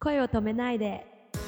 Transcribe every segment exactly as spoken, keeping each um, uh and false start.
声を止めないで。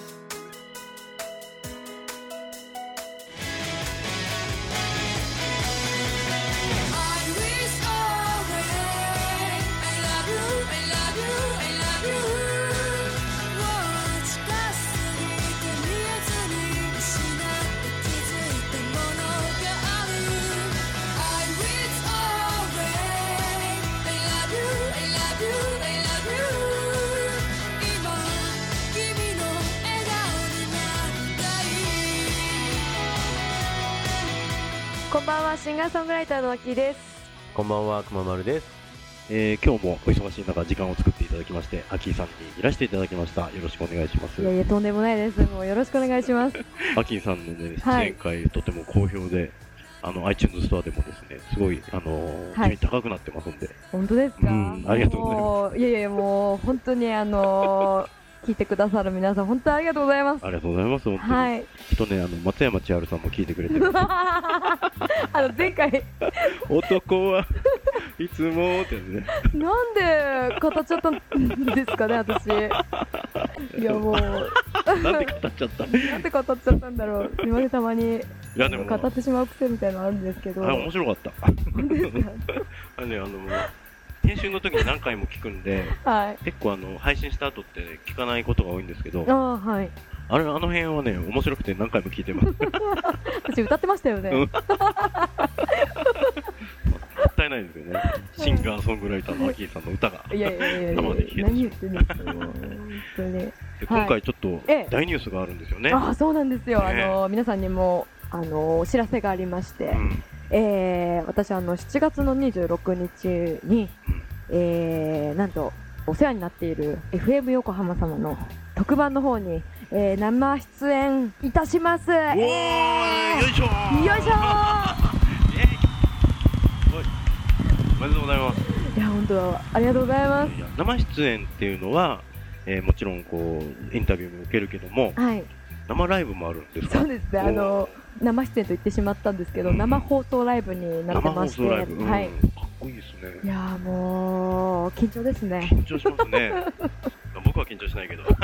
こんばんは、シンガーソングライターのあきです。 こんばんは、くままるです。えー、今日もお忙しい中時間を作っていただきましてアキーさんにいらしていただきました。よろしくお願いします。 いやいや、とんでもないです。もうよろしくお願いします。 アキーさんのね、出演会、はい、とても好評で、あの iTunes ストアでもですね、すごいあのーはい、順位高くなってますんで。 本当ですか？ うん、ありがとうございます。 いやいや、もう本当にあのー聞いてくださる皆さん、本当にありがとうございます。 ありがとうございます。本当に。はい。きっとね、あの松山千春さんも聞いてくれてる。 あの前回男はいつもってね。 なんで語っちゃったんですかね、私。いやもう。 なんで語っちゃった。 なんで語っちゃったんだろう。すみません、たまに。 いやでも語ってしまう癖みたいなのあるんですけど。 あ、面白かった。 本当ですか。 あのね、あの。編集の時に何回も聞くんで、はい、結構あの配信した後って、ね、聞かないことが多いんですけど、 あ、はい、 あれあの辺はね面白くて何回も聞いてます。 私歌ってましたよね。もったいないですよね。シンガーソングライターのアキーさんの歌がいやいやいやいや生で聞けて何言ってんですか。本当に。 で今回ちょっと大ニュースがあるんですよね。 ああ、そうなんですよ。ね、あの皆さんにもあのお知らせがありまして。うん、えー、私あのしちがつのにじゅうろくにちに、えー、なんとお世話になっている エフエム 横浜様の特番の方に、えー、生出演いたします。おー、 えー、よいしょーよいしょーえー、おめでとうございます。 いや本当ありがとうございます。 生出演っていうのは、えー、もちろんこうインタビューも受けるけども、はい、生ライブもあるんですか？ そうですね、あの生出演と言ってしまったんですけど、うん、生放送ライブになってまして、はい、うん、 かっこいいですね。 いやもう緊張ですね。 緊張しますね。僕は緊張しないけど。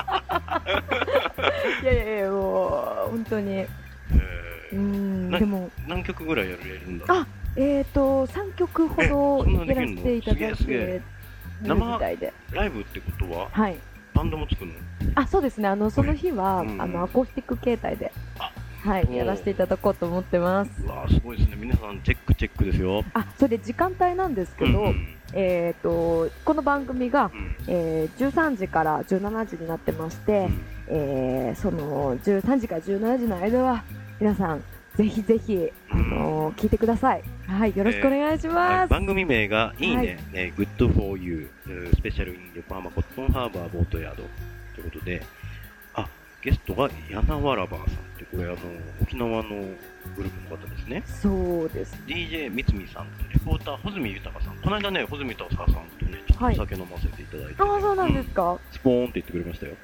いやいやいや、もう本当に。えー、うんでも何曲ぐらいやるんだろう。 あ、えっ、ー、とさんきょくほどやらせていただいてるみたいで。 生ライブってことは、 はい、 バンドも作るの？ あ、そうですね。あのその日は、うん、あのアコースティック形態で、はい、やらせていただこうと思ってます。 うわー、すごいですね。皆さんチェックチェックですよ。 あ、それで時間帯なんですけど、うんうん、えっ、ー、とこの番組が、うん、えー、じゅうさんじからじゅうしちじになってまして、うん、えー、そのじゅうさんじからじゅうしちじの間は皆さんぜひぜひ、あのー、聞いてください。はい、よろしくお願いします。えーはい、 番組名がいいね、はい、えー、Good for You スペシャルイン横浜コットンハーバーボートヤードということで、あ、ゲストがヤナワラバーさんってこれあの沖縄のグループの方ですね。 そうです。 ディージェー みつみさんとレポーター穂積豊さん。この間ね穂積豊さんとねちょっとお酒飲ませていただいて、ね、 はい、あ、そうなんですか。うん、 スポーンって言ってくれましたよ。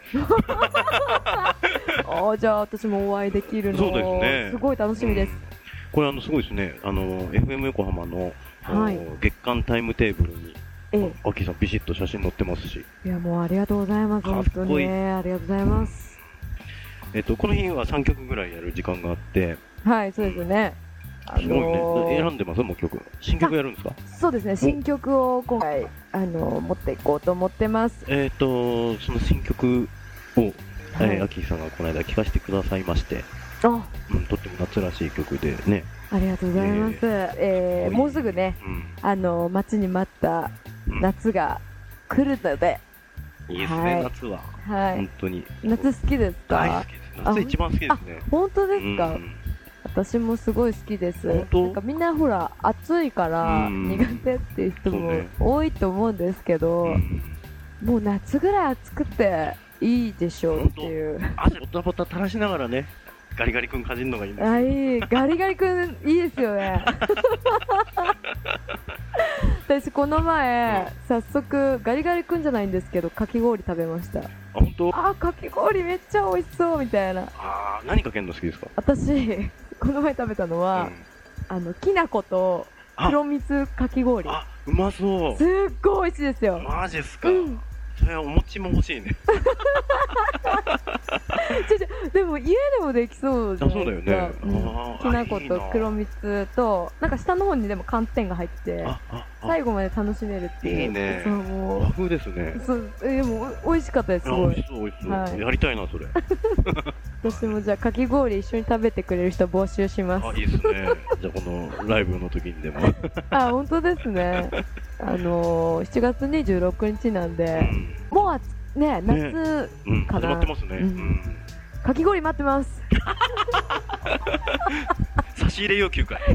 あ、じゃあ私もお会いできるの。 そうですね。 すごい楽しみです。うん、 これあのすごいですね。あの エフエム 横浜の、はい、月間タイムテーブルに。ええ、アキさんビシッと写真載ってますし。 いやもうありがとうございます。本当にね、ありがとうございます。 えっとこの日はさんきょくぐらいやる時間があって、 はい、そうですね。 あのー、すごいね。選んでますもう曲。新曲やるんですか？ そうですね。新曲を今回あのー、持っていこうと思ってます。 えっとその新曲を、はい、えー、アキさんがこの間聴かせてくださいまして、あ、うん、とっても夏らしい曲でね。 ありがとうございます。えーえー、もうすぐね、うん、あの待ちに待った夏が来るので、 うん、いいですね、はい、夏は、はい、本当に夏好きですか？ 大好きです。夏一番好きですね。 本当ですか？うん、私もすごい好きです。なんかみんなほら暑いから苦手っていう人も多いと思うんですけど、うん、もう夏ぐらい暑くていいでしょうっていう。 汗ボタボタ垂らしながらね。ガリガリ君かじるのがいいんですよ。 あ、いい、ガリガリ君いいですよね。私この前、うん、早速ガリガリ君じゃないんですけどかき氷食べました。 あ、本当？ あ、かき氷めっちゃ美味しそうみたいな。 あ、何かけるの好きですか？ 私この前食べたのは、うん、あのきな粉と黒蜜かき氷。 あ、うまそう。 すっごい美味しいですよ。 マジですか？うん、 それはお餅も欲しいね。 ちょちょでも家でもできそうじゃないですか。 あ、そうだよね。 うん、きな粉と黒蜜となんか下の方にでも寒天が入って最後まで楽しめるっていう。 いいね。 そうもう和風ですね。 そうでも美味しかったです。すごい。 美味しそう美味しそう、 はい、 やりたいなそれ。 私もじゃあかき氷一緒に食べてくれる人募集します。 あ、いいですね。じゃあこのライブの時にでも。 あ、本当ですね。あのー、しちがつにじゅうろくにちなんで、うん、もうあね夏かな、 ね、うん、始まってますね。うんうん、 かき氷待ってます。 差し入れ要求かい。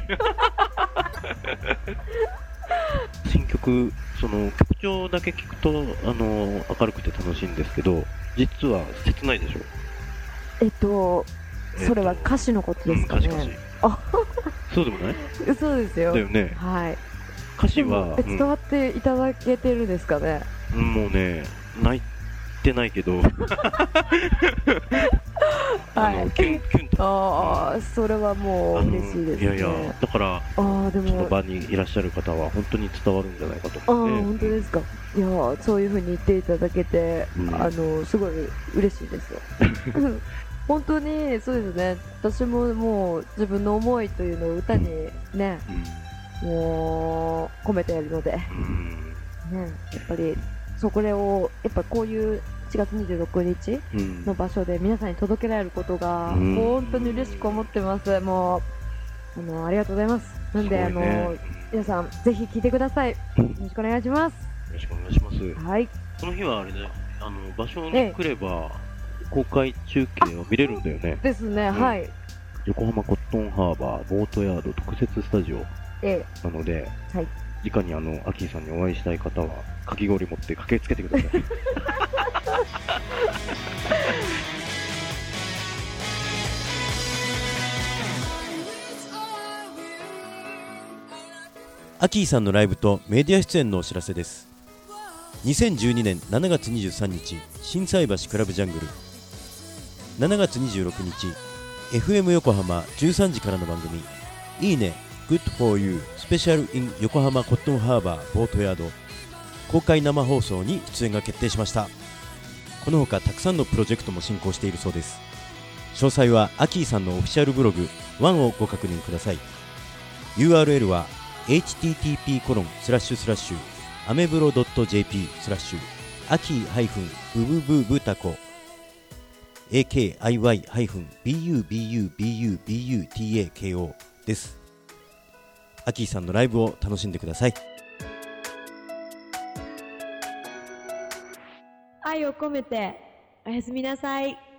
新曲、その曲調だけ聞くとあの明るくて楽しいんですけど、実は切ないでしょ。 えっと、それは歌詞のことですかね。うん、歌詞あそうでもない？ そうですよ。 だよね。 はい。 歌詞は伝わっていただけてるんですかね。 うん、もうね、泣いてないけど。あの、キュンキュンと。 ああ、それはもう嬉しいですね。 いやいや、だから、あでもその場にいらっしゃる方は本当に伝わるんじゃないかと思って。 ああ、本当ですか。いや、そういう風に言っていただけて、うん、あのすごい嬉しいですよ。本当にそうですね。私ももう自分の思いというのを歌にね、うん、もう込めているので、うん、ね、やっぱりそこをやっぱこういうしちがつにじゅうろくにちの場所で皆さんに届けられることが本当に嬉しく思ってます。もうあのありがとうございます。なんで、ね、あの皆さんぜひ聴いてください。よろしくお願いします。 よろしくお願いします。 はい。 この日はあれね、あの場所に来れば公開中継を見れるんだよね。 ですね、うん、はい。 横浜コットンハーバーボートヤード特設スタジオなので、はい、直にあのアキーさんにお会いしたい方はかき氷持って駆けつけてください。 アキーさんのライブとメディア出演のお知らせです。にせんじゅうにねんしちがつにじゅうさんにち、心斎橋クラブジャングル。しちがつにじゅうろくにち、エフエム 横浜じゅうさんじからの番組いいね Good for You スペシャル in 横浜コットンハーバーボートヤード公開生放送に出演が決定しました。このほかたくさんのプロジェクトも進行しているそうです。詳細はアキーさんのオフィシャルブログワンをご確認ください。 ユーアールエル は エイチティーティーピーコロンスラッシュスラッシュアメブロ .jp スラッシュアキーブブブブタコ エーケーアイワイビーユービーユービーユービーユーティーエーケーオー です。アキーさんのライブを楽しんでください。 愛を込めておやすみなさい。